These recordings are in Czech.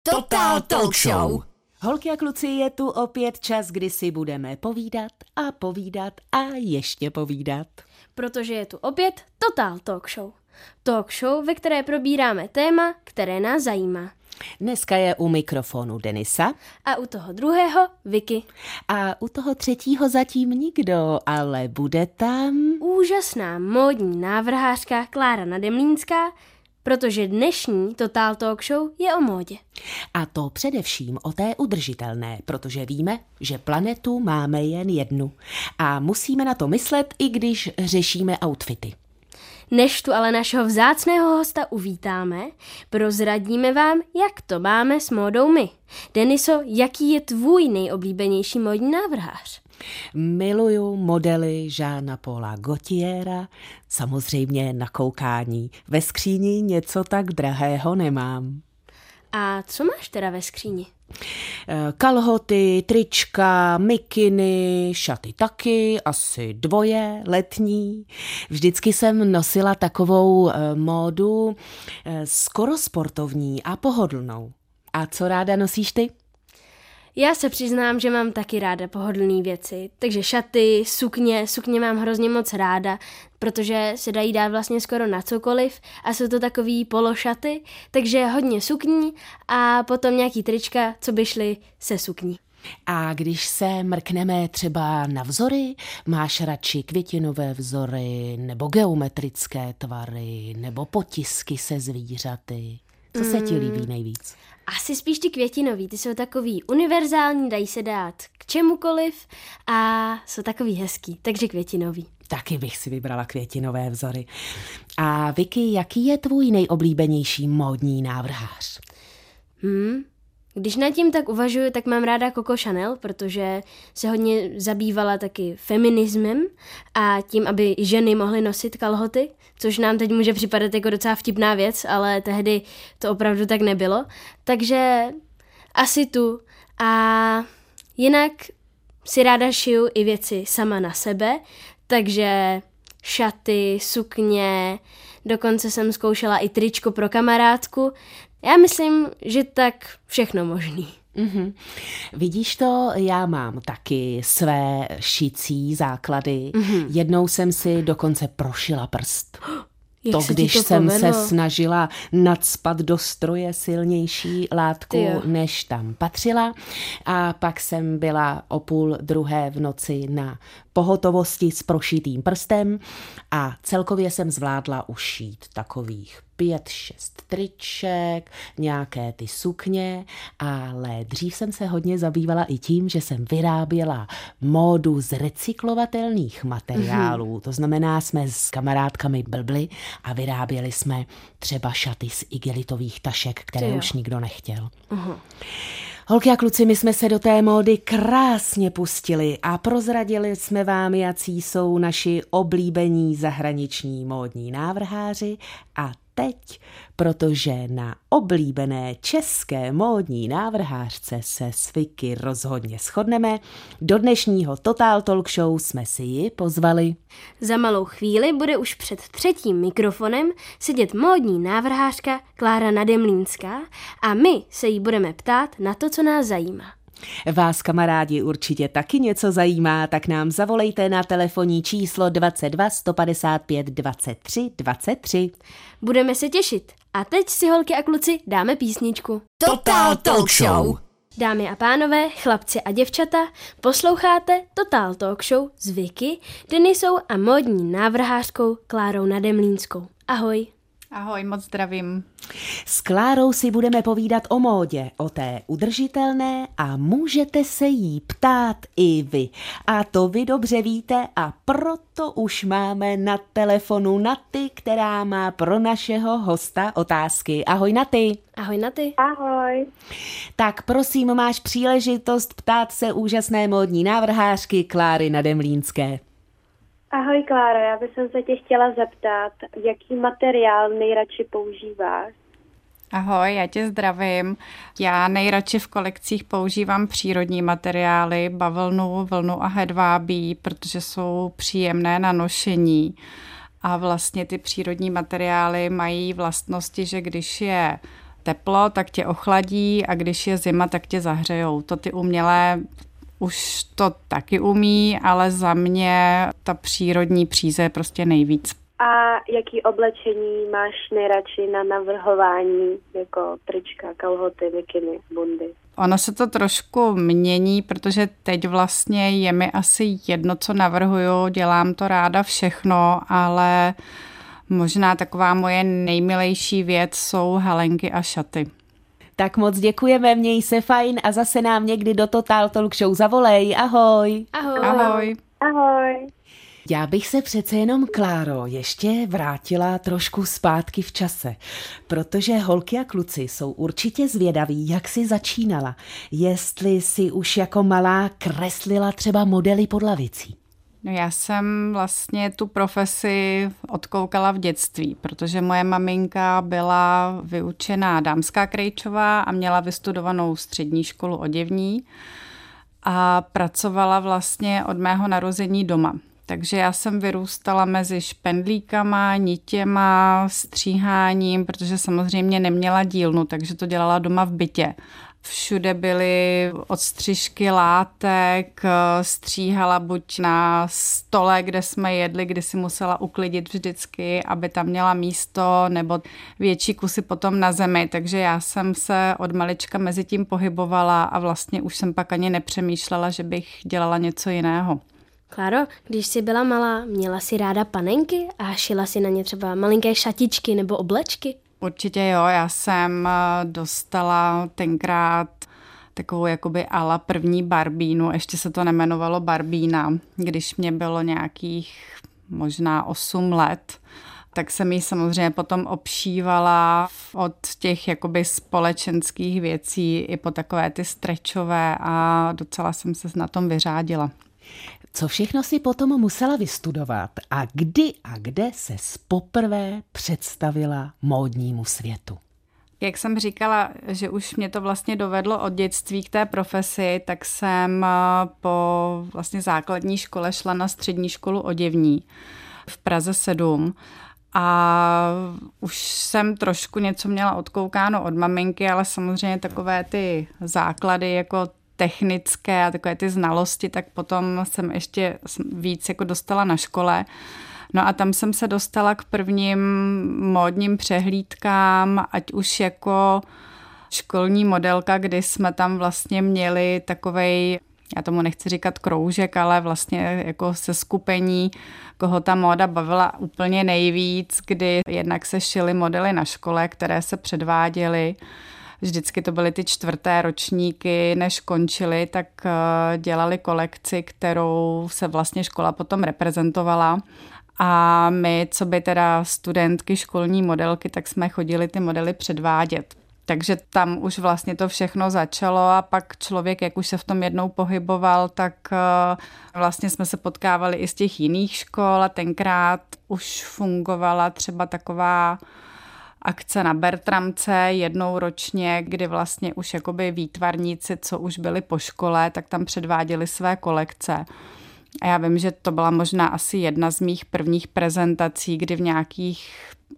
Total Talk Show. Holky a kluci, je tu opět čas, kdy si budeme povídat a povídat a ještě povídat. Protože je tu opět Total Talk Show. Talk show, ve které probíráme téma, které nás zajímá. Dneska je u mikrofonu Denisa. A u toho druhého Vicky. A u toho třetího zatím nikdo, ale bude tam... úžasná módní návrhářka Klára Nademlínská, protože dnešní Total Talk Show je o módě. A to především o té udržitelné, protože víme, že planetu máme jen jednu. A musíme na to myslet, i když řešíme outfity. Než tu ale našeho vzácného hosta uvítáme, prozradíme vám, jak to máme s módou my. Deniso, jaký je tvůj nejoblíbenější módní návrhář? Miluju modely Jeana Paula Gaultiera, samozřejmě na koukání. Ve skříni něco tak drahého nemám. A co máš teda ve skříni? Kalhoty, trička, mikiny, šaty taky, asi 2 letní. Vždycky jsem nosila takovou módu skoro sportovní a pohodlnou. A co ráda nosíš ty? Já se přiznám, že mám taky ráda pohodlné věci, takže šaty, sukně mám hrozně moc ráda, protože se dají dát vlastně skoro na cokoliv a jsou to takový pološaty, takže hodně sukní a potom nějaký trička, co by šly se sukní. A když se mrkneme třeba na vzory, máš radši květinové vzory, nebo geometrické tvary, nebo potisky se zvířaty? Co se ti líbí nejvíc? Asi spíš ty květinový, ty jsou takový univerzální, dají se dát k čemukoliv a jsou takový hezký, takže květinový. Taky bych si vybrala květinové vzory. A Vicky, jaký je tvůj nejoblíbenější módní návrhář? Když nad tím tak uvažuji, tak mám ráda Coco Chanel, protože se hodně zabývala taky feminismem a tím, aby ženy mohly nosit kalhoty, což nám teď může připadat jako docela vtipná věc, ale tehdy to opravdu tak nebylo. Takže asi tu. A jinak si ráda šiju i věci sama na sebe, takže šaty, sukně, dokonce jsem zkoušela i tričko pro kamarádku. Já myslím, že tak všechno možný. Mm-hmm. Vidíš to, já mám taky své šicí základy. Mm-hmm. Jednou jsem si dokonce prošila prst. Když jsem se snažila nacpat do stroje silnější látku, než tam patřila. A pak jsem byla o 1:30 v noci na pohotovosti s prošitým prstem a celkově jsem zvládla ušít takových 5-6 triček, nějaké ty sukně, ale dřív jsem se hodně zabývala i tím, že jsem vyráběla módu z recyklovatelných materiálů. To znamená, jsme s kamarádkami blbli a vyráběli jsme třeba šaty z igelitových tašek, které už nikdo nechtěl. Holky a kluci, my jsme se do té módy krásně pustili a prozradili jsme vám, jací jsou naši oblíbení zahraniční módní návrháři a teď, protože na oblíbené české módní návrhářce se s Vicky rozhodně shodneme, do dnešního Total Talk Show jsme si ji pozvali. Za malou chvíli bude už před třetím mikrofonem sedět módní návrhářka Klára Nademlínská a my se jí budeme ptát na to, co nás zajímá. Vás, kamarádi, určitě taky něco zajímá, tak nám zavolejte na telefonní číslo 22 155 23 23. Budeme se těšit. A teď si, holky a kluci, dáme písničku. Total Talk Show. Dámy a pánové, chlapci a děvčata, posloucháte Total Talk Show s Vicky, Denisou a módní návrhářkou Klárou Nademlínskou. Ahoj. Ahoj, moc zdravím. S Klárou si budeme povídat o módě, o té udržitelné a můžete se jí ptát i vy. A to vy dobře víte a proto už máme na telefonu Naty, která má pro našeho hosta otázky. Ahoj Naty. Ahoj Naty. Ahoj. Tak prosím, máš příležitost ptát se úžasné módní návrhářky Kláry Nademlínské. Ahoj Kláro, já bych se tě chtěla zeptat, jaký materiál nejradši používáš? Ahoj, já tě zdravím. Já nejradši v kolekcích používám přírodní materiály, bavlnu, vlnu a hedvábí, protože jsou příjemné na nošení. A vlastně ty přírodní materiály mají vlastnosti, že když je teplo, tak tě ochladí a když je zima, tak tě zahřejou. To ty umělé už to taky umí, ale za mě ta přírodní příze je prostě nejvíc. A jaký oblečení máš nejradši na navrhování, jako trička, kalhoty, mikiny, bundy? Ono se to trošku mění, protože teď vlastně je mi asi jedno, co navrhuju, dělám to ráda všechno, ale možná taková moje nejmilejší věc jsou halenky a šaty. Tak moc děkujeme, měj se fajn a zase nám někdy do Total Talk Show zavolej. Ahoj. Ahoj. Ahoj. Ahoj. Já bych se přece jenom, Kláro, ještě vrátila trošku zpátky v čase, protože holky a kluci jsou určitě zvědaví, jak jsi začínala, jestli jsi už jako malá kreslila třeba modely pod lavicí. No já jsem vlastně tu profesi odkoukala v dětství, protože moje maminka byla vyučená dámská krejčová a měla vystudovanou střední školu oděvní a pracovala vlastně od mého narození doma. Takže já jsem vyrůstala mezi špendlíkama, nitěma, stříháním, protože samozřejmě neměla dílnu, takže to dělala doma v bytě. Všude byly odstřižky látek, stříhala buď na stole, kde jsme jedli, kdy si musela uklidit vždycky, aby tam měla místo, nebo větší kusy potom na zemi. Takže já jsem se od malička mezi tím pohybovala a vlastně už jsem pak ani nepřemýšlela, že bych dělala něco jiného. Kláro, když jsi byla malá, měla jsi ráda panenky a šila si na ně třeba malinké šatičky nebo oblečky? Určitě jo, já jsem dostala tenkrát takovou jakoby ala první barbínu, ještě se to nemenovalo barbína, když mě bylo nějakých možná 8 let, tak jsem ji samozřejmě potom obšívala od těch jakoby společenských věcí i po takové ty strečové a docela jsem se na tom vyřádila. Co všechno si potom musela vystudovat a kdy a kde ses poprvé představila módnímu světu? Jak jsem říkala, že už mě to vlastně dovedlo od dětství k té profesi, tak jsem po vlastně základní škole šla na střední školu oděvní v Praze 7 a už jsem trošku něco měla odkoukáno od maminky, ale samozřejmě takové ty základy jako technické a takové ty znalosti, tak potom jsem ještě víc jako dostala na škole. No a tam jsem se dostala k prvním módním přehlídkám, ať už jako školní modelka, kdy jsme tam vlastně měli takovej, já tomu nechci říkat kroužek, ale vlastně jako seskupení, koho ta móda bavila úplně nejvíc, kdy jednak se šily modely na škole, které se předváděly. Vždycky to byly ty 4. ročníky, než končily, tak dělali kolekci, kterou se vlastně škola potom reprezentovala. A my, co by teda studentky, školní modelky, tak jsme chodili ty modely předvádět. Takže tam už vlastně to všechno začalo a pak člověk, jak už se v tom jednou pohyboval, tak vlastně jsme se potkávali i z těch jiných škol a tenkrát už fungovala třeba taková akce na Bertramce jednou ročně, kdy vlastně už jakoby výtvarníci, co už byli po škole, tak tam předváděli své kolekce. A já vím, že to byla možná asi jedna z mých prvních prezentací, kdy v nějakých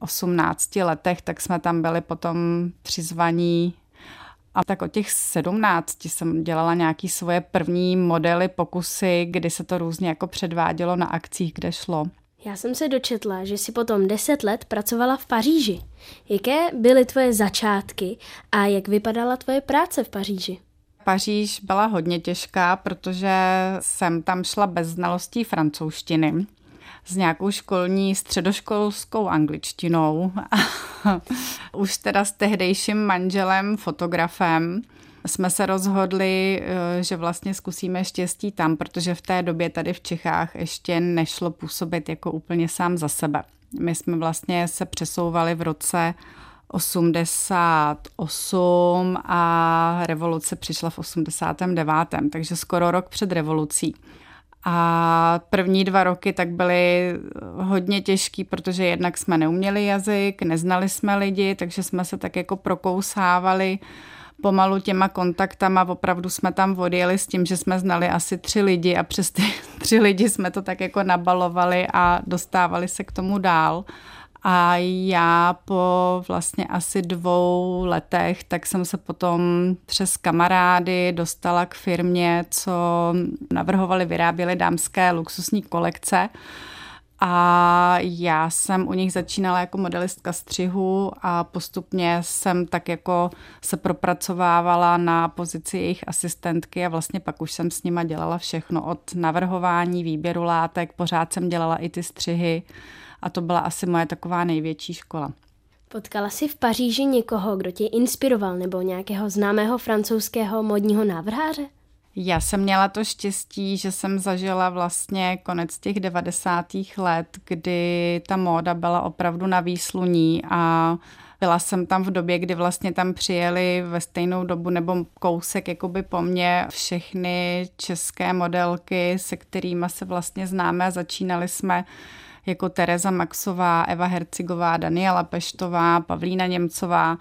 18 letech, tak jsme tam byli potom přizvaní. A tak od těch 17 jsem dělala nějaké svoje první modely, pokusy, kdy se to různě jako předvádělo na akcích, kde šlo. Já jsem se dočetla, že jsi potom 10 let pracovala v Paříži. Jaké byly tvoje začátky a jak vypadala tvoje práce v Paříži? Paříž byla hodně těžká, protože jsem tam šla bez znalostí francouzštiny s nějakou školní středoškolskou angličtinou. Už teda s tehdejším manželem, fotografem, jsme se rozhodli, že vlastně zkusíme štěstí tam, protože v té době tady v Čechách ještě nešlo působit jako úplně sám za sebe. My jsme vlastně se přesouvali v roce 88 a revoluce přišla v 89. Takže skoro rok před revolucí. A první 2 roky tak byly hodně těžký, protože jednak jsme neuměli jazyk, neznali jsme lidi, takže jsme se tak jako prokousávali pomalu těma kontaktama. Opravdu jsme tam odjeli s tím, že jsme znali asi 3 lidi a přes ty 3 lidi jsme to tak jako nabalovali a dostávali se k tomu dál. A já po vlastně asi 2 letech, tak jsem se potom přes kamarády dostala k firmě, co navrhovali, vyráběli dámské luxusní kolekce. A já jsem u nich začínala jako modelistka střihu a postupně jsem tak jako se propracovávala na pozici jejich asistentky a vlastně pak už jsem s nima dělala všechno od navrhování, výběru látek, pořád jsem dělala i ty střihy a to byla asi moje taková největší škola. Potkala jsi v Paříži někoho, kdo tě inspiroval nebo nějakého známého francouzského módního návrháře? Já jsem měla to štěstí, že jsem zažila vlastně konec těch 90. let, kdy ta móda byla opravdu na výsluní a byla jsem tam v době, kdy vlastně tam přijeli ve stejnou dobu nebo kousek jakoby po mně všechny české modelky, se kterými se vlastně známe a začínali jsme jako Tereza Maxová, Eva Hercigová, Daniela Peštová, Pavlína Němcová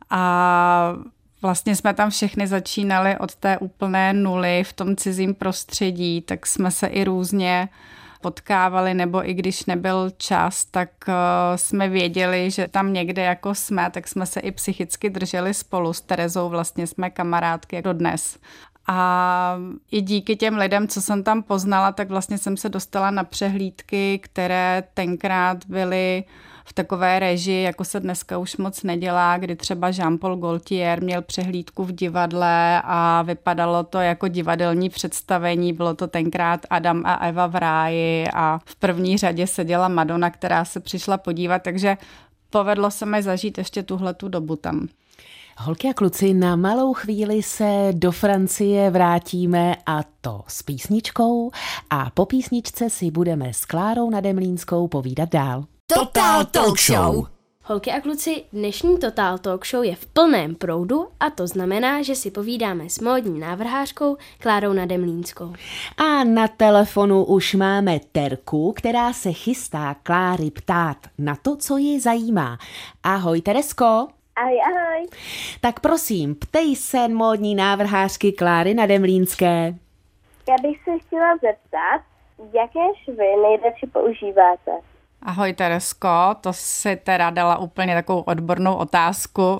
a vlastně jsme tam všechny začínali od té úplné nuly v tom cizím prostředí, tak jsme se i různě potkávali, nebo i když nebyl čas, tak jsme věděli, že tam někde jako jsme, tak jsme se i psychicky drželi spolu. S Terezou vlastně jsme kamarádky dodnes. A i díky těm lidem, co jsem tam poznala, tak vlastně jsem se dostala na přehlídky, které tenkrát byly v takové režii, jako se dneska už moc nedělá, kdy třeba Jean-Paul Gaultier měl přehlídku v divadle a vypadalo to jako divadelní představení. Bylo to tenkrát Adam a Eva v ráji a v první řadě seděla Madonna, která se přišla podívat, takže povedlo se mi zažít ještě tuhletu dobu tam. Holky a kluci, na malou chvíli se do Francie vrátíme a to s písničkou a po písničce si budeme s Klárou Nademlínskou povídat dál. Total Talk Show. Holky a kluci, dnešní Total Talk Show je v plném proudu a to znamená, že si povídáme s módní návrhářkou Klárou Nademlínskou. A na telefonu už máme Terku, která se chystá Kláry ptát na to, co ji zajímá. Ahoj Teresko. Ahoj, ahoj. Tak prosím, ptej se módní návrhářky Kláry Nademlínské. Já bych se chtěla zeptat, jaké švy nejradši používáte? Ahoj Teresko, to si teda dala úplně takovou odbornou otázku.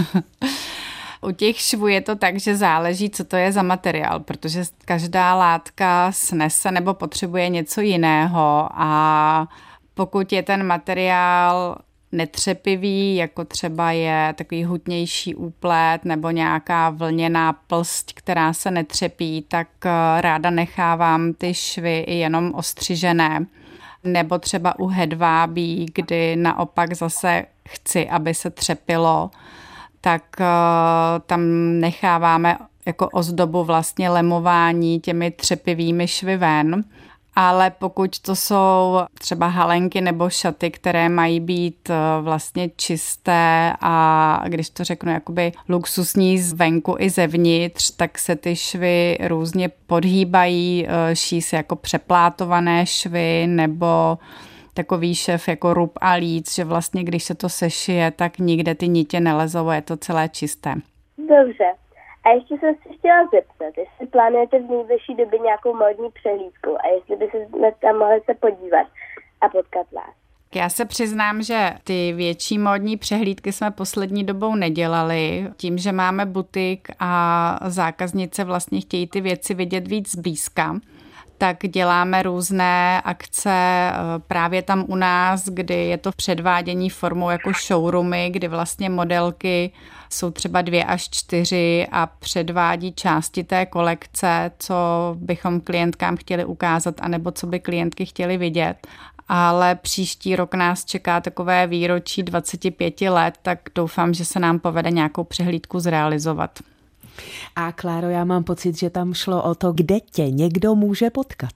U těch švů je to tak, že záleží, co to je za materiál, protože každá látka snese nebo potřebuje něco jiného a pokud je ten materiál netřepivý, jako třeba je takový hutnější úplét nebo nějaká vlněná plst, která se netřepí, tak ráda nechávám ty švy i jenom ostřižené. Nebo třeba u hedvábí, kdy naopak zase chci, aby se třepilo, tak tam necháváme jako ozdobu vlastně lemování těmi třepivými švy ven. Ale pokud to jsou třeba halenky nebo šaty, které mají být vlastně čisté a když to řeknu jakoby luxusní zvenku i zevnitř, tak se ty švy různě podhýbají, ší se jako přeplátované švy nebo takový šev jako rub a líc, že vlastně když se to sešije, tak nikde ty nitě nelezou a je to celé čisté. Dobře. A ještě jsem se chtěla zeptat, jestli plánujete v nejbližší době nějakou módní přehlídku a jestli by se tam mohli se podívat a potkat vás. Já se přiznám, že ty větší módní přehlídky jsme poslední dobou nedělali. Tím, že máme butik a zákaznice vlastně chtějí ty věci vidět víc zblízka, tak děláme různé akce právě tam u nás, kdy je to předvádění formou jako showroomy, kdy vlastně modelky jsou třeba 2 až 4 a předvádí části té kolekce, co bychom klientkám chtěli ukázat, anebo co by klientky chtěly vidět. Ale příští rok nás čeká takové výročí 25 let, tak doufám, že se nám povede nějakou přehlídku zrealizovat. A Kláro, já mám pocit, že tam šlo o to, kde tě někdo může potkat.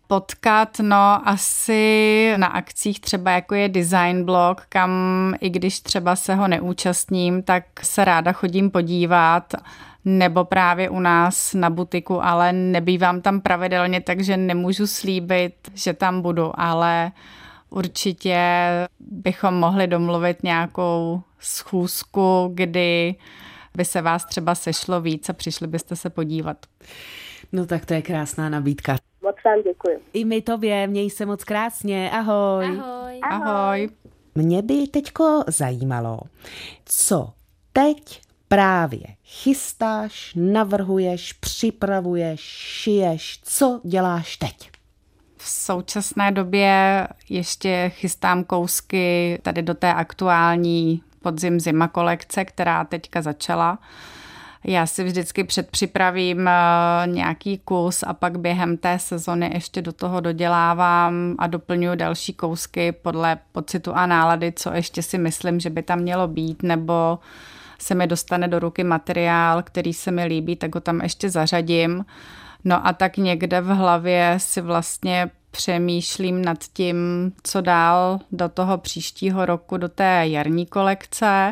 No asi na akcích třeba jako je Design Blog, kam i když třeba se ho neúčastním, tak se ráda chodím podívat, nebo právě u nás na butiku, ale nebývám tam pravidelně, takže nemůžu slíbit, že tam budu, ale určitě bychom mohli domluvit nějakou schůzku, kdy by se vás třeba sešlo víc a přišli byste se podívat. No tak to je krásná nabídka. Moc vám děkuji. I my tobě, měj se moc krásně, ahoj. Ahoj. Ahoj. Mě by teďko zajímalo, co teď právě chystáš, navrhuješ, připravuješ, šiješ, co děláš teď? V současné době ještě chystám kousky tady do té aktuální podzim-zima kolekce, která teďka začala. Já si vždycky předpřipravím nějaký kus a pak během té sezony ještě do toho dodělávám a doplňuji další kousky podle pocitu a nálady, co ještě si myslím, že by tam mělo být, nebo se mi dostane do ruky materiál, který se mi líbí, tak ho tam ještě zařadím. No a tak někde v hlavě si vlastně přemýšlím nad tím, co dál do toho příštího roku, do té jarní kolekce.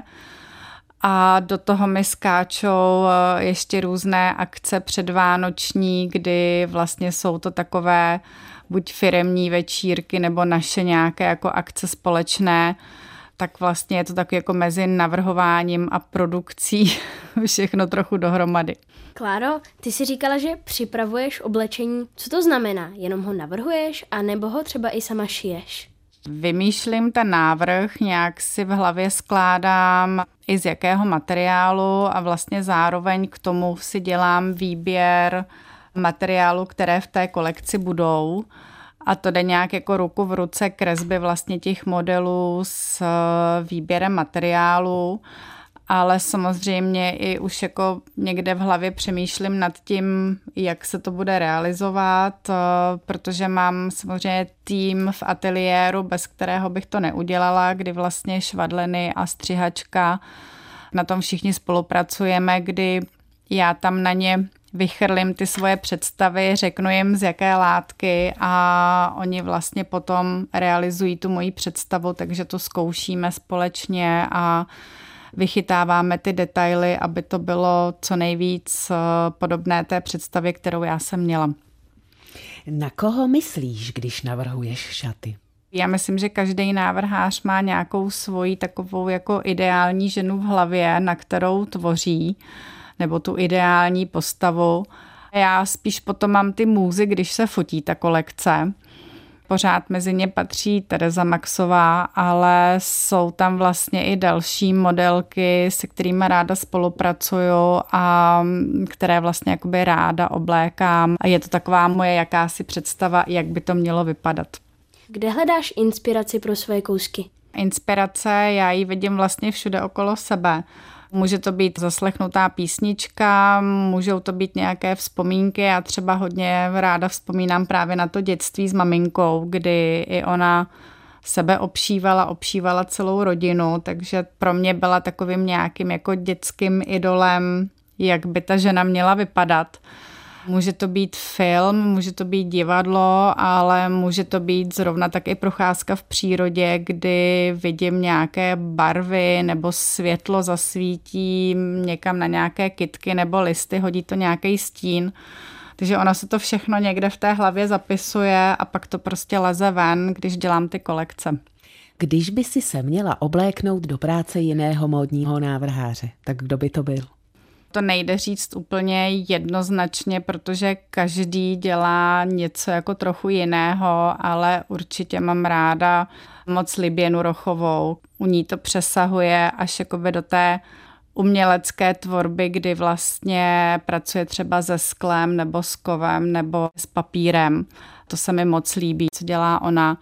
A do toho mi skáčou ještě různé akce předvánoční, kdy vlastně jsou to takové buď firemní večírky nebo naše nějaké jako akce společné, tak vlastně je to taky jako mezi navrhováním a produkcí všechno trochu dohromady. Kláro, ty jsi říkala, že připravuješ oblečení. Co to znamená? Jenom ho navrhuješ, anebo ho třeba i sama šiješ? Vymýšlím ten návrh, nějak si v hlavě skládám i z jakého materiálu a vlastně zároveň k tomu si dělám výběr materiálu, které v té kolekci budou. A to jde nějak jako ruku v ruce kresby vlastně těch modelů s výběrem materiálu, ale samozřejmě i už jako někde v hlavě přemýšlím nad tím, jak se to bude realizovat, protože mám samozřejmě tým v ateliéru, bez kterého bych to neudělala, kdy vlastně švadleny a střihačka, na tom všichni spolupracujeme, kdy já tam na ně vychrlím ty svoje představy, řeknu jim z jaké látky a oni vlastně potom realizují tu moji představu, takže to zkoušíme společně a vychytáváme ty detaily, aby to bylo co nejvíc podobné té představě, kterou já jsem měla. Na koho myslíš, když navrhuješ šaty? Já myslím, že každý návrhář má nějakou svoji takovou jako ideální ženu v hlavě, na kterou tvoří, nebo tu ideální postavu. Já spíš potom mám ty můzy, když se fotí ta kolekce. Pořád mezi ně patří Tereza Maxová, ale jsou tam vlastně i další modelky, se kterými ráda spolupracuju a které vlastně jakoby ráda oblékám. A je to taková moje jakási představa, jak by to mělo vypadat. Kde hledáš inspiraci pro své kousky? Inspirace, já ji vidím vlastně všude okolo sebe. Může to být zaslechnutá písnička, můžou to být nějaké vzpomínky. Já třeba hodně ráda vzpomínám právě na to dětství s maminkou, kdy i ona sebe obšívala celou rodinu, takže pro mě byla takovým nějakým jako dětským idolem, jak by ta žena měla vypadat. Může to být film, může to být divadlo, ale může to být zrovna tak i procházka v přírodě, kdy vidím nějaké barvy nebo světlo zasvítí někam na nějaké kytky nebo listy, hodí to nějaký stín. Takže ono se to všechno někde v té hlavě zapisuje a pak to prostě leze ven, když dělám ty kolekce. Když by si se měla obléknout do práce jiného módního návrháře, tak kdo by to byl? To nejde říct úplně jednoznačně, protože každý dělá něco jako trochu jiného, ale určitě mám ráda moc Liběnu Rochovou. U ní to přesahuje až jakoby do té umělecké tvorby, kdy vlastně pracuje třeba se sklem nebo s kovem nebo s papírem. To se mi moc líbí, co dělá ona.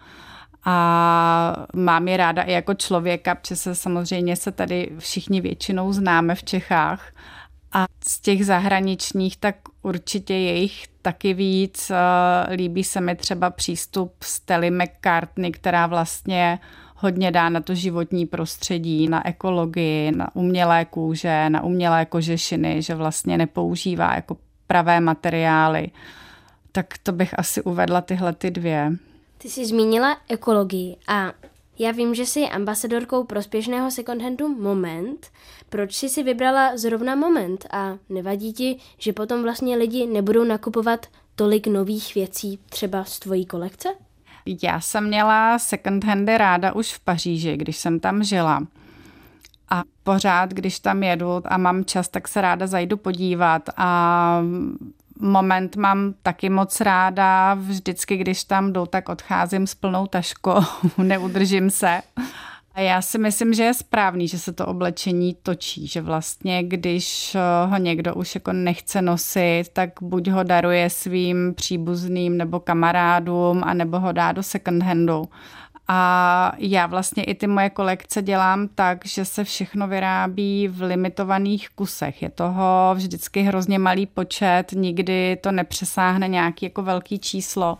A mám je ráda i jako člověka, protože samozřejmě se tady všichni většinou známe v Čechách. A z těch zahraničních tak určitě je jich taky víc. Líbí se mi třeba přístup Stelly McCartney, která vlastně hodně dá na to životní prostředí, na ekologii, na umělé kůže, na umělé kožešiny, že vlastně nepoužívá jako pravé materiály. Tak to bych asi uvedla tyhle ty dvě. Ty jsi zmínila ekologii a já vím, že jsi ambasadorkou prospěšného second-handu Moment. Proč jsi si vybrala zrovna Moment a nevadí ti, že potom vlastně lidi nebudou nakupovat tolik nových věcí třeba z tvojí kolekce? Já jsem měla second-handy ráda už v Paříži, když jsem tam žila. A pořád, když tam jedu a mám čas, tak se ráda zajdu podívat a Moment mám taky moc ráda, vždycky, když tam jdu, tak odcházím s plnou taškou, neudržím se. A já si myslím, že je správný, že se to oblečení točí, že vlastně když ho někdo už jako nechce nosit, tak buď ho daruje svým příbuzným nebo kamarádům, anebo ho dá do second handu. A já vlastně i ty moje kolekce dělám tak, že se všechno vyrábí v limitovaných kusech. Je toho vždycky hrozně malý počet, nikdy to nepřesáhne nějaký jako velký číslo.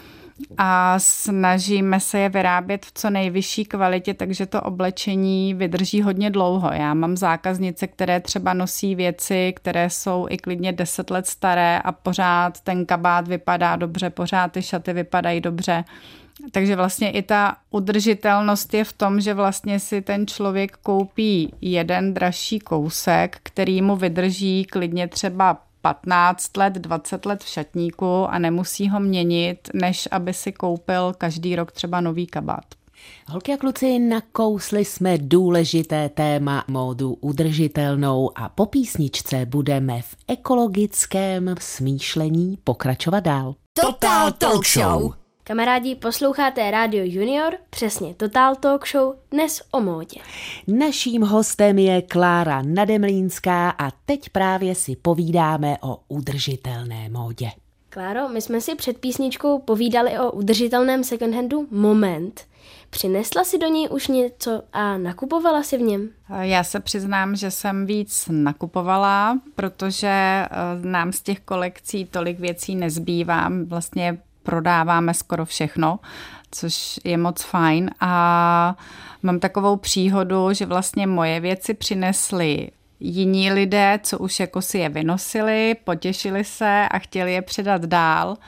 A snažíme se je vyrábět v co nejvyšší kvalitě, takže to oblečení vydrží hodně dlouho. Já mám zákaznice, které třeba nosí věci, které jsou i klidně 10 let staré a pořád ten kabát vypadá dobře, pořád ty šaty vypadají dobře. Takže vlastně i ta udržitelnost je v tom, že vlastně si ten člověk koupí jeden dražší kousek, který mu vydrží klidně třeba 15 let, 20 let v šatníku a nemusí ho měnit, než aby si koupil každý rok třeba nový kabát. Holky a kluci, nakousli jsme důležité téma módu udržitelnou a po písničce budeme v ekologickém smýšlení pokračovat dál. Total Talk Show. Kamarádi, posloucháte Radio Junior, přesně Total Talk Show, dnes o módě. Naším hostem je Klára Nademlínská a teď právě si povídáme o udržitelné módě. Kláro, my jsme si před písničkou povídali o udržitelném secondhandu Moment. Přinesla si do něj už něco a nakupovala si v něm? Já se přiznám, že jsem víc nakupovala, protože nám z těch kolekcí tolik věcí nezbývá. Vlastně prodáváme skoro všechno, což je moc fajn a mám takovou příhodu, že vlastně moje věci přinesli jiní lidé, co už jako si je vynosili, potěšili se a chtěli je předat dál.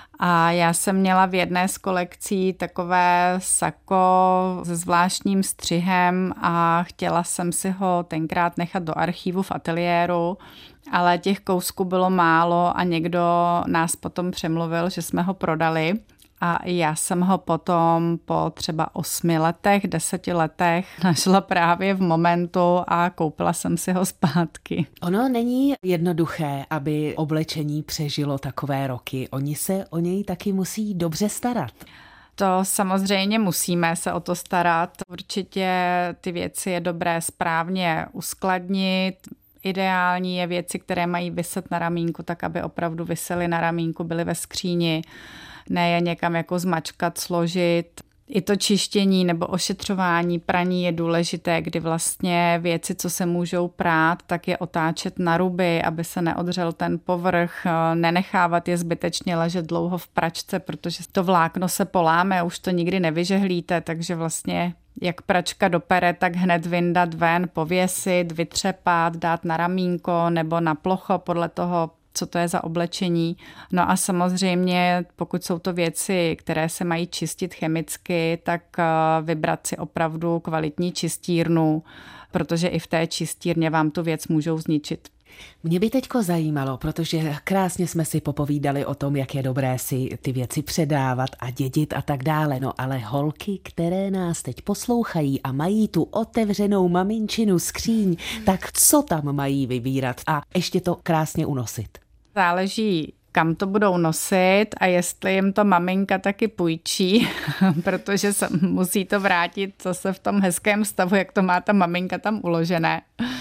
A já jsem měla v jedné z kolekcí takové sako se zvláštním střihem a chtěla jsem si ho tenkrát nechat do archivu v ateliéru, ale těch kousků bylo málo a někdo nás potom přemluvil, že jsme ho prodali. A já jsem ho potom po třeba 8 letech, 10 letech našla právě v Momentu a koupila jsem si ho zpátky. Ono není jednoduché, aby oblečení přežilo takové roky. Oni se o něj taky musí dobře starat. To samozřejmě musíme se o to starat. Určitě ty věci je dobré správně uskladnit. Ideální je věci, které mají viset na ramínku, tak aby opravdu visely na ramínku, byly ve skříni. Ne je někam jako zmačkat, složit. I to čištění nebo ošetřování, praní je důležité, kdy vlastně věci, co se můžou prát, tak je otáčet na ruby, aby se neodřel ten povrch, nenechávat je zbytečně ležet dlouho v pračce, protože to vlákno se poláme a už to nikdy nevyžehlíte, takže vlastně jak pračka dopere, tak hned vyndat ven, pověsit, vytřepat, dát na ramínko nebo na plocho podle toho, co to je za oblečení. No a samozřejmě, pokud jsou to věci, které se mají čistit chemicky, tak vybrat si opravdu kvalitní čistírnu, protože i v té čistírně vám tu věc můžou zničit. Mě by teďko zajímalo, protože krásně jsme si popovídali o tom, jak je dobré si ty věci předávat a dědit a tak dále. No ale holky, které nás teď poslouchají a mají tu otevřenou maminčinu skříň, tak co tam mají vybírat a ještě to krásně unosit? Záleží, kam to budou nosit a jestli jim to maminka taky půjčí, protože se musí to vrátit zase v tom hezkém stavu, jak to má ta maminka tam uložené.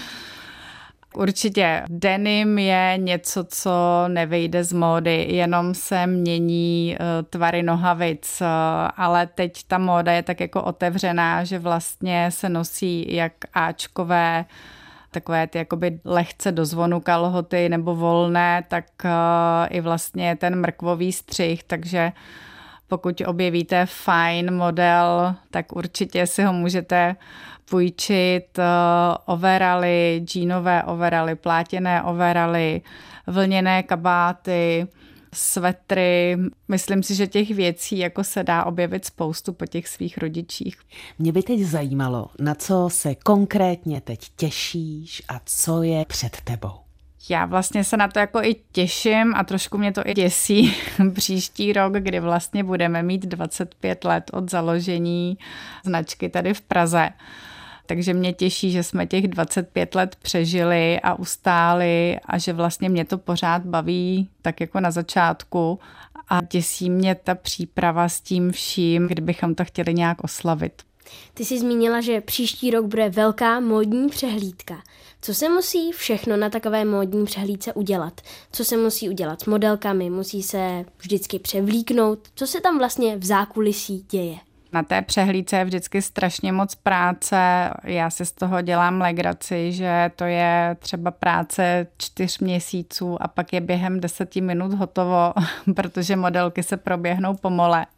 Určitě denim je něco, co nevejde z módy, jenom se mění tvary nohavic, ale teď ta móda je tak jako otevřená, že vlastně se nosí jak áčkové, takové ty jakoby lehce do zvonu kalhoty nebo volné, tak i vlastně ten mrkvový střih, takže pokud objevíte fajn model, tak určitě si ho můžete půjčit. Overaly, džínové overaly, plátěné overaly, vlněné kabáty, svetry. Myslím si, že těch věcí jako se dá objevit spoustu po těch svých rodičích. Mě by teď zajímalo, na co se konkrétně teď těšíš a co je před tebou. Já vlastně se na to jako i těším a trošku mě to i děsí příští rok, kdy vlastně budeme mít 25 let od založení značky tady v Praze. Takže mě těší, že jsme těch 25 let přežili a ustáli a že vlastně mě to pořád baví tak jako na začátku a děsí mě ta příprava s tím vším, kdybychom to chtěli nějak oslavit. Ty jsi zmínila, že příští rok bude velká módní přehlídka. Co se musí všechno na takové módní přehlídce udělat? Co se musí udělat s modelkami? Musí se vždycky převlíknout? Co se tam vlastně v zákulisí děje? Na té přehlídce je vždycky strašně moc práce. Já si z toho dělám legraci, že to je třeba práce 4 měsíců a pak je během 10 minut hotovo, protože modelky se proběhnou pomole.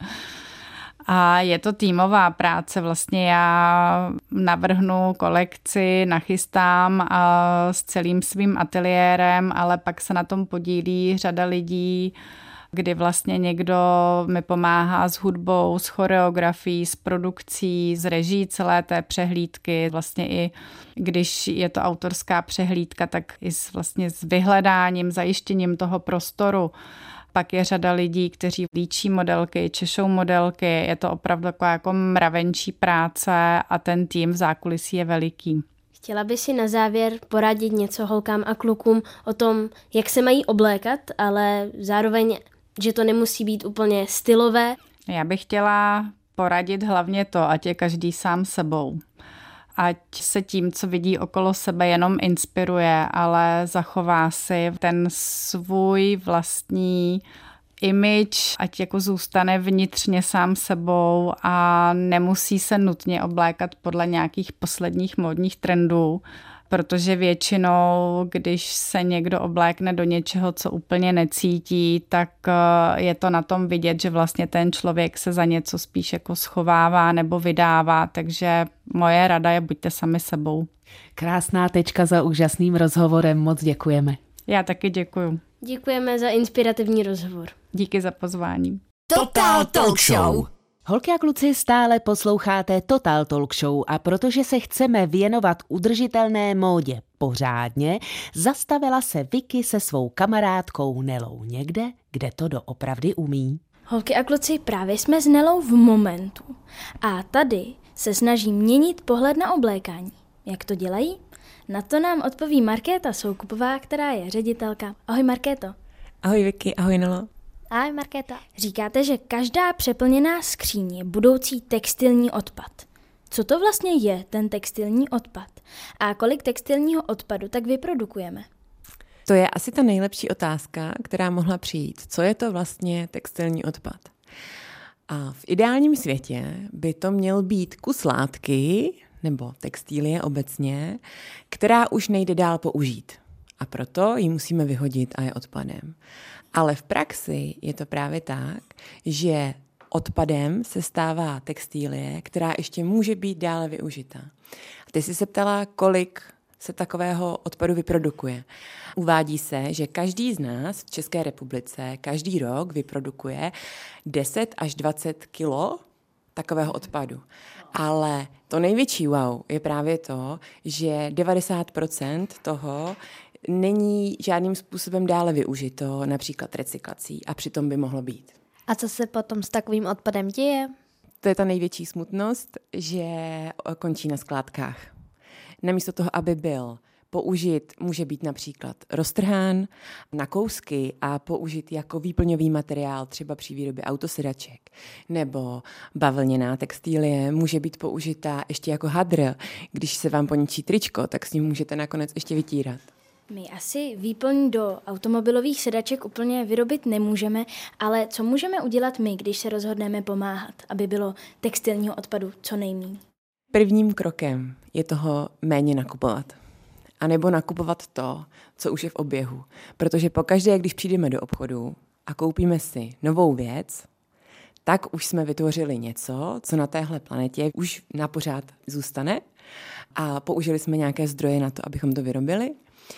A je to týmová práce, vlastně já navrhnu kolekci, nachystám s celým svým ateliérem, ale pak se na tom podílí řada lidí, kdy vlastně někdo mi pomáhá s hudbou, s choreografií, s produkcí, s režií celé té přehlídky. Vlastně i když je to autorská přehlídka, tak i vlastně s vyhledáním, zajištěním toho prostoru. Pak je řada lidí, kteří líčí modelky, češou modelky. Je to opravdu taková jako mravenčí práce a ten tým v zákulisí je veliký. Chtěla by si na závěr poradit něco holkám a klukům o tom, jak se mají oblékat, ale zároveň, že to nemusí být úplně stylové? Já bych chtěla poradit hlavně to, ať je každý sám sebou. Ať se tím, co vidí okolo sebe, jenom inspiruje, ale zachová si ten svůj vlastní image, ať jako zůstane vnitřně sám sebou a nemusí se nutně oblékat podle nějakých posledních módních trendů, protože většinou, když se někdo oblékne do něčeho, co úplně necítí, tak je to na tom vidět, že vlastně ten člověk se za něco spíš jako schovává nebo vydává, takže moje rada je buďte sami sebou. Krásná tečka za úžasným rozhovorem, moc děkujeme. Já taky děkuju. Děkujeme za inspirativní rozhovor. Díky za pozvání. Total Talk Show. Holky a kluci, stále posloucháte Total Talk Show a protože se chceme věnovat udržitelné módě pořádně, zastavila se Vicky se svou kamarádkou Nelou někde, kde to doopravdy umí. Holky a kluci, právě jsme s Nelou v momentu a tady se snaží měnit pohled na oblékání. Jak to dělají? Na to nám odpoví Markéta Soukupová, která je ředitelka. Ahoj Markéto. Ahoj Vicky, ahoj Nelo. Ahoj Markéta. Říkáte, že každá přeplněná skříň je budoucí textilní odpad. Co to vlastně je ten textilní odpad? A kolik textilního odpadu tak vyprodukujeme? To je asi ta nejlepší otázka, která mohla přijít. Co je to vlastně textilní odpad? A v ideálním světě by to měl být kus látky, nebo textilie obecně, která už nejde dál použít. A proto ji musíme vyhodit a je odpadem. Ale v praxi je to právě tak, že odpadem se stává textilie, která ještě může být dále využita. Ty jsi se ptala, kolik se takového odpadu vyprodukuje. Uvádí se, že každý z nás v České republice každý rok vyprodukuje 10 až 20 kilo takového odpadu. Ale to největší wow je právě to, že 90% toho není žádným způsobem dále využito, například recyklací, a přitom by mohlo být. A co se potom s takovým odpadem děje? To je ta největší smutnost, že končí na skládkách. Namísto toho, aby byl použit, může být například roztrhán na kousky a použit jako výplňový materiál třeba při výrobě autosedaček. Nebo bavlněná textilie může být použitá ještě jako hadr. Když se vám poničí tričko, tak s ním můžete nakonec ještě vytírat. My asi výplň do automobilových sedaček úplně vyrobit nemůžeme, ale co můžeme udělat my, když se rozhodneme pomáhat, aby bylo textilního odpadu co nejméně? Prvním krokem je toho méně nakupovat. A nebo nakupovat to, co už je v oběhu. Protože pokaždé, když přijdeme do obchodu a koupíme si novou věc, tak už jsme vytvořili něco, co na téhle planetě už na pořád zůstane a použili jsme nějaké zdroje na to, abychom to vyrobili.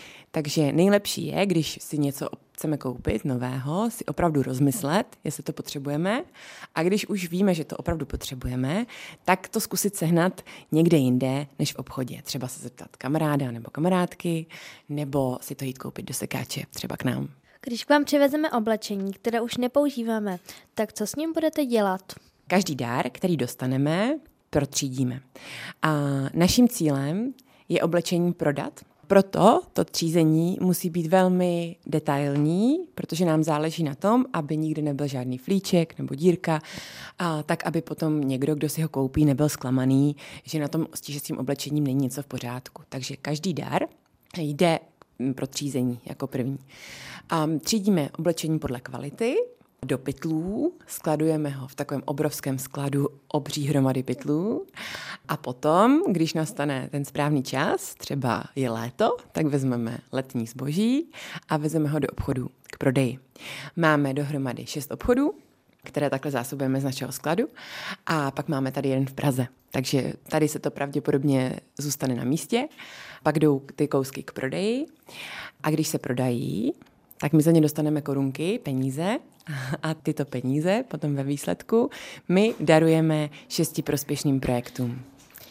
Takže nejlepší je, když si něco chceme koupit nového, si opravdu rozmyslet, jestli to potřebujeme, a když už víme, že to opravdu potřebujeme, tak to zkusit sehnat někde jinde než v obchodě. Třeba se zeptat kamaráda nebo kamarádky, nebo si to jít koupit do sekáče, třeba k nám. Když k vám přivezeme oblečení, které už nepoužíváme, tak co s ním budete dělat? Každý dár, který dostaneme, protřídíme. A naším cílem je oblečení prodat, proto to třízení musí být velmi detailní, protože nám záleží na tom, aby nikdy nebyl žádný flíček nebo dírka, a tak, aby potom někdo, kdo si ho koupí, nebyl zklamaný, že na tom že s tím oblečením není něco v pořádku. Takže každý dar jde pro třízení jako první. Třídíme oblečení podle kvality, do pytlů, skladujeme ho v takovém obrovském skladu obří hromady pytlů a potom, když nastane ten správný čas, třeba je léto, tak vezmeme letní zboží a vezmeme ho do obchodu k prodeji. Máme dohromady 6 obchodů, které takhle zásobujeme z našeho skladu a pak máme tady jeden v Praze. Takže tady se to pravděpodobně zůstane na místě, pak jdou ty kousky k prodeji a když se prodají, tak my za ně dostaneme korunky, peníze a tyto peníze potom ve výsledku my darujeme 6 prospěšným projektům.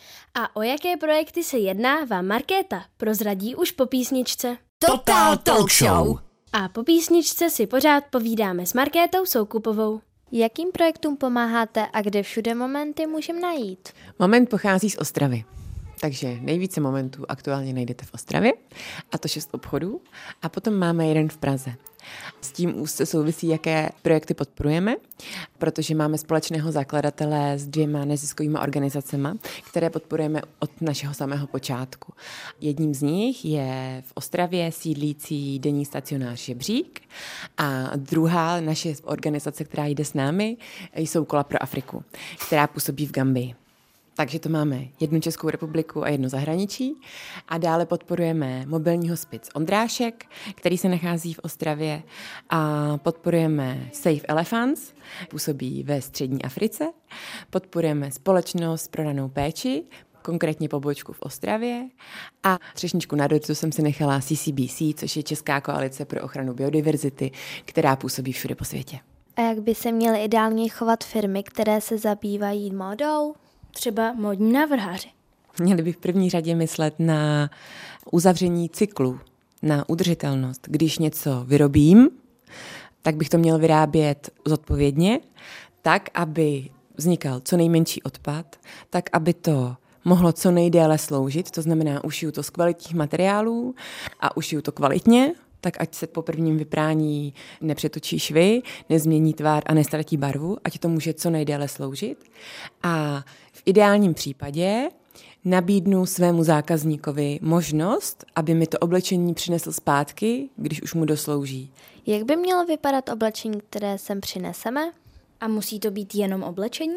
A o jaké projekty se jedná, vám Markéta prozradí už po písničce. Total Talk Show. A po písničce si pořád povídáme s Markétou Soukupovou. Jakým projektům pomáháte a kde všude momenty můžeme najít? Moment pochází z Ostravy. Takže nejvíce momentů aktuálně najdete v Ostravě, a to 6 obchodů. A potom máme jeden v Praze. S tím úzce souvisí, jaké projekty podporujeme, protože máme společného zakladatele s 2 neziskovými organizacemi, které podporujeme od našeho samého počátku. Jedním z nich je v Ostravě sídlící denní stacionář Žebřík a druhá naše organizace, která jde s námi, jsou Kola pro Afriku, která působí v Gambii. Takže to máme 1 Českou republiku a 1 zahraničí. A dále podporujeme mobilní hospic Ondrášek, který se nachází v Ostravě. A podporujeme Save Elephants, působí ve střední Africe. Podporujeme společnost pro ranou péči, konkrétně pobočku v Ostravě. A třešničku na dortu jsem si nechala CCBC, což je Česká koalice pro ochranu biodiverzity, která působí všude po světě. A jak by se měly ideálně chovat firmy, které se zabývají módou? Třeba módní návrháři. Měli by v první řadě myslet na uzavření cyklu, na udržitelnost. Když něco vyrobím, tak bych to měl vyrábět zodpovědně, tak, aby vznikal co nejmenší odpad, tak, aby to mohlo co nejdéle sloužit, to znamená, ušiju to z kvalitních materiálů a ušiju to kvalitně, tak ať se po prvním vyprání nepřetočí švy, nezmění tvar a nestratí barvu, ať to může co nejdéle sloužit. A v ideálním případě nabídnu svému zákazníkovi možnost, aby mi to oblečení přinesl zpátky, když už mu doslouží. Jak by mělo vypadat oblečení, které sem přineseme? A musí to být jenom oblečení?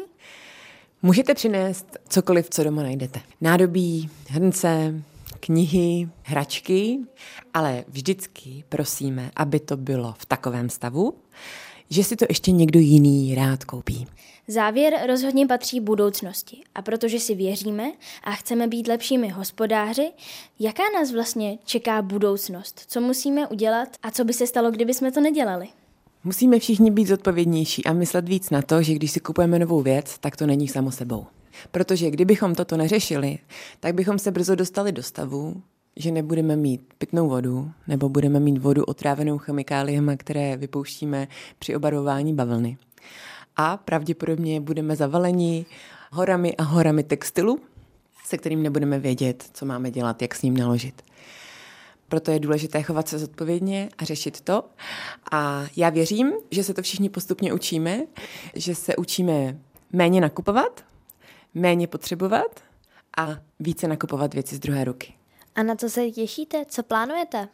Můžete přinést cokoliv, co doma najdete. Nádobí, hrnce, knihy, hračky, ale vždycky prosíme, aby to bylo v takovém stavu, že si to ještě někdo jiný rád koupí. Závěr rozhodně patří budoucnosti a protože si věříme a chceme být lepšími hospodáři, jaká nás vlastně čeká budoucnost? Co musíme udělat a co by se stalo, kdyby jsme to nedělali? Musíme všichni být zodpovědnější a myslet víc na to, že když si kupujeme novou věc, tak to není samo sebou. Protože kdybychom toto neřešili, tak bychom se brzo dostali do stavu, že nebudeme mít pitnou vodu, nebo budeme mít vodu otrávenou chemikáliemi, které vypouštíme při obarvování bavlny. A pravděpodobně budeme zavaleni horami a horami textilu, se kterým nebudeme vědět, co máme dělat, jak s ním naložit. Proto je důležité chovat se zodpovědně a řešit to. A já věřím, že se to všichni postupně učíme, že se učíme méně nakupovat, méně potřebovat a více nakupovat věci z druhé ruky. A na co se těšíte? Co plánujete?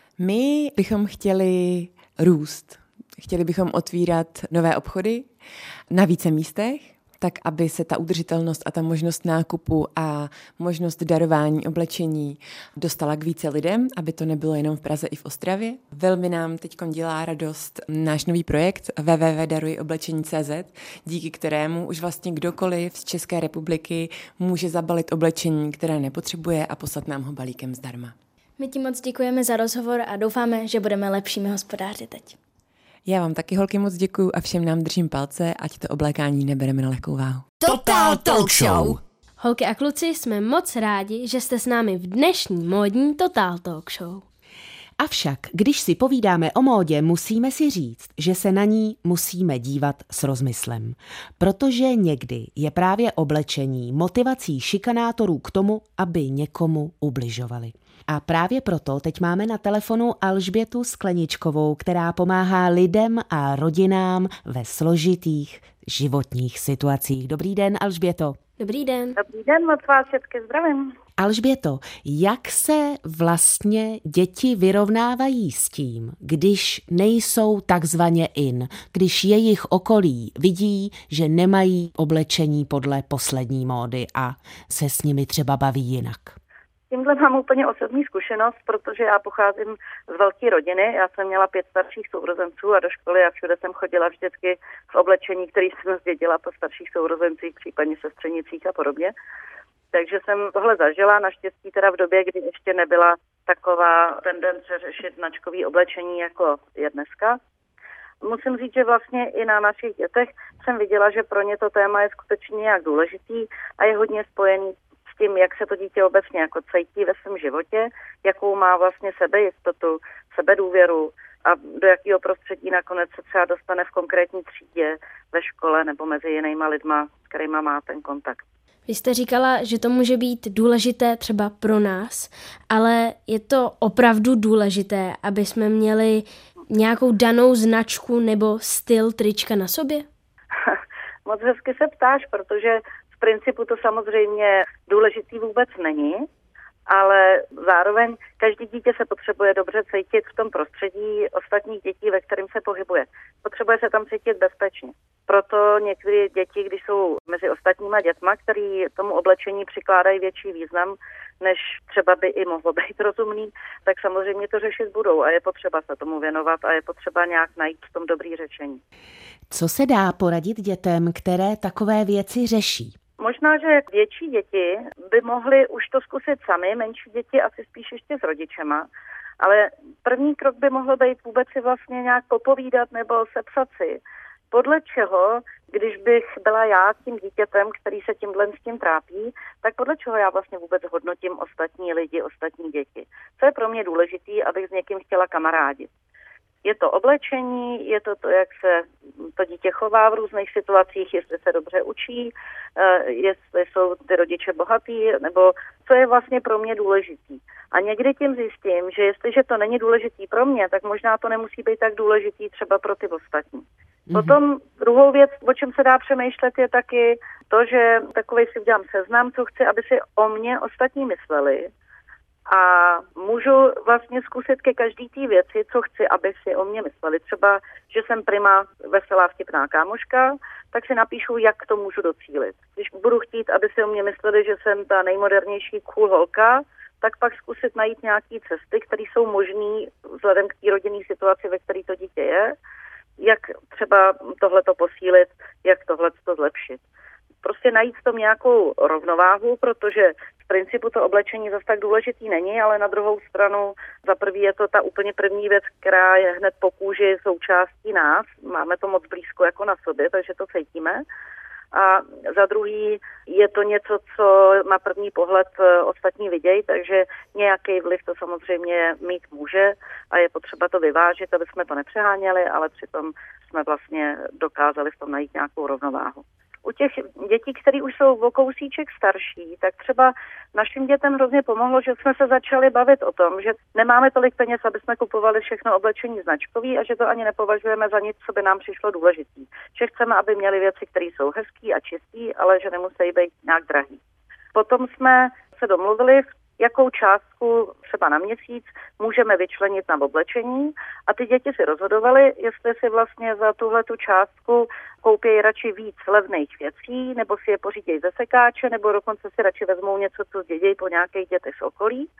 My bychom chtěli růst. Chtěli bychom otvírat nové obchody na více místech, tak aby se ta udržitelnost a ta možnost nákupu a možnost darování oblečení dostala k více lidem, aby to nebylo jenom v Praze i v Ostravě. Velmi nám teď dělá radost náš nový projekt www.darujoblečení.cz, díky kterému už vlastně kdokoliv z České republiky může zabalit oblečení, které nepotřebuje a poslat nám ho balíkem zdarma. My ti moc děkujeme za rozhovor a doufáme, že budeme lepšími hospodáři teď. Já vám taky, holky, moc děkuju a všem nám držím palce, ať to oblékání nebereme na lehkou váhu. Total Talk Show. Holky a kluci, jsme moc rádi, že jste s námi v dnešní módní Total Talk Show. Avšak, když si povídáme o módě, musíme si říct, že se na ní musíme dívat s rozmyslem. Protože někdy je právě oblečení motivací šikanátorů k tomu, aby někomu ubližovali. A právě proto teď máme na telefonu Alžbětu Skleničkovou, která pomáhá lidem a rodinám ve složitých životních situacích. Dobrý den, Alžběto. Dobrý den. Dobrý den, moc vás všechny zdravím. Alžběto, jak se vlastně děti vyrovnávají s tím, když nejsou takzvaně in, když jejich okolí vidí, že nemají oblečení podle poslední módy a se s nimi třeba baví jinak? Tímhle mám úplně osobní zkušenost, protože já pocházím z velké rodiny. Já jsem měla 5 starších sourozenců a do školy a všude jsem chodila vždycky v oblečení, které jsem zdědila po starších sourozencích, případně sestřenicích a podobně. Takže jsem tohle zažila, naštěstí teda v době, kdy ještě nebyla taková tendence řešit značkové oblečení, jako je dneska. Musím říct, že vlastně i na našich dětech jsem viděla, že pro ně to téma je skutečně nějak důležitý a je hodně spojený s tím, jak se to dítě obecně jako cítí ve svém životě, jakou má vlastně sebejistotu, sebedůvěru a do jakého prostředí nakonec se třeba dostane v konkrétní třídě, ve škole nebo mezi jinýma lidma, s kterýma má ten kontakt. Vy jste říkala, že to může být důležité třeba pro nás, ale je to opravdu důležité, aby jsme měli nějakou danou značku nebo styl trička na sobě? Moc hezky se ptáš, protože v principu to samozřejmě důležitý vůbec není, ale zároveň každý dítě se potřebuje dobře cítit v tom prostředí ostatních dětí, ve kterém se pohybuje. Potřebuje se tam cítit bezpečně. Proto některé děti, když jsou mezi ostatníma dětma, který tomu oblečení přikládají větší význam, než třeba by i mohlo být rozumný, tak samozřejmě to řešit budou a je potřeba se tomu věnovat a je potřeba nějak najít v tom dobrý řešení. Co se dá poradit dětem, které takové věci řeší? Možná, že větší děti by mohly už to zkusit sami, menší děti asi spíš ještě s rodičema, ale první krok by mohlo být vůbec si vlastně nějak popovídat nebo sepsat si, podle čeho, když bych byla já tím dítětem, který se tímhle s tím trápí, tak podle čeho já vlastně vůbec hodnotím ostatní lidi, ostatní děti. Co je pro mě důležitý, abych s někým chtěla kamarádit. Je to oblečení, je to, jak se to dítě chová v různých situacích, jestli se dobře učí, jestli jsou ty rodiče bohatý, nebo co je vlastně pro mě důležitý. A někdy tím zjistím, že jestliže to není důležitý pro mě, tak možná to nemusí být tak důležitý třeba pro ty ostatní. Potom druhou věc, o čem se dá přemýšlet, je taky to, že takovej si udělám seznam, co chci, aby si o mě ostatní mysleli. A můžu vlastně zkusit ke každý té věci, co chci, aby si o mě mysleli. Třeba, že jsem prima veselá vtipná kámoška, tak si napíšu, jak to můžu docílit. Když budu chtít, aby si o mě mysleli, že jsem ta nejmodernější cool holka, tak pak zkusit najít nějaké cesty, které jsou možné vzhledem k té rodinné situaci, ve které to dítě je, jak třeba tohleto posílit, jak tohleto zlepšit. Prostě najít v tom nějakou rovnováhu, protože v principu to oblečení zase tak důležitý není, ale na druhou stranu za prvý je to ta úplně první věc, která je hned po kůži součástí nás. Máme to moc blízko jako na sobě, takže to cítíme. A za druhý je to něco, co na první pohled ostatní vidějí, takže nějaký vliv to samozřejmě mít může a je potřeba to vyvážit, aby jsme to nepřeháněli, ale přitom jsme vlastně dokázali v tom najít nějakou rovnováhu. U těch dětí, které už jsou o kousíček starší, tak třeba našim dětem hrozně pomohlo, že jsme se začali bavit o tom, že nemáme tolik peněz, aby jsme kupovali všechno oblečení značkový a že to ani nepovažujeme za nic, co by nám přišlo důležitý. Že chceme, aby měli věci, které jsou hezký a čistý, ale že nemusí být nějak drahý. Potom jsme se domluvili, jakou částku třeba na měsíc můžeme vyčlenit na oblečení a ty děti si rozhodovaly, jestli si vlastně za tuhletu částku koupějí radši víc levných věcí, nebo si je pořídějí ze sekáče, nebo dokonce si radši vezmou něco, co zdědějí po nějakých dětech z okolí.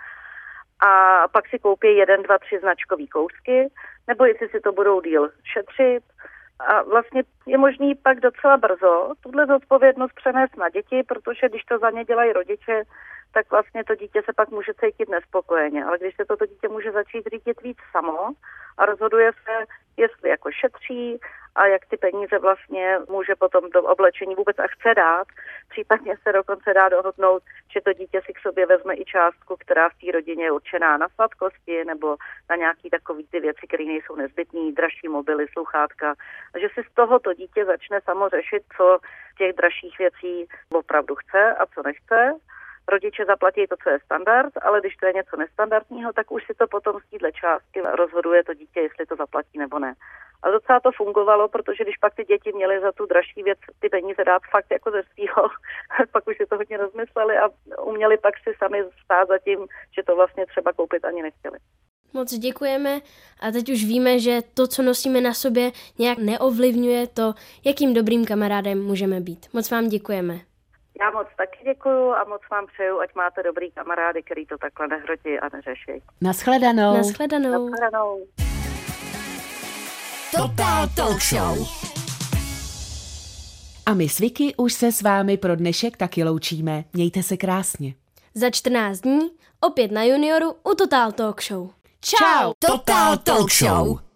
A pak si koupí 1, 2, 3 značkový kousky, nebo jestli si to budou díl šetřit. A vlastně je možný pak docela brzo tuhle zodpovědnost přenést na děti, protože když to za ně dělají rodiče, tak vlastně to dítě se pak může cítit nespokojeně. Ale když se toto dítě může začít řídit víc samo a rozhoduje se, jestli jako šetří a jak ty peníze vlastně může potom do oblečení vůbec a chce dát, případně se dokonce dá dohodnout, že to dítě si k sobě vezme i částku, která v té rodině je určená na sladkosti nebo na nějaký takový ty věci, které nejsou nezbytné, dražší mobily, sluchátka. A že si z toho to dítě začne samo řešit, co těch dražších věcí opravdu chce a co nechce. rodiče zaplatí to, co je standard, ale když to je něco nestandardního, tak už si to potom z téhle částky rozhoduje to dítě, jestli to zaplatí nebo ne. A docela to fungovalo, protože když pak ty děti měly za tu dražší věc ty peníze dát fakt jako ze svýho, pak už si to hodně rozmysleli a uměli pak si sami stát za tím, že to vlastně třeba koupit ani nechtěli. Moc děkujeme a teď už víme, že to, co nosíme na sobě, nějak neovlivňuje to, jakým dobrým kamarádem můžeme být. Moc vám děkujeme. Já moc taky děkuju a moc vám přeju, ať máte dobrý kamarády, který to takhle nehrotí a neřeší. Naschledanou. Naschledanou. Naschledanou. Total Talk Show. A my s Vicky už se s vámi pro dnešek taky loučíme. Mějte se krásně. Za 14 dní opět na Junioru u Total Talk Show. Čau! Total Talk Show.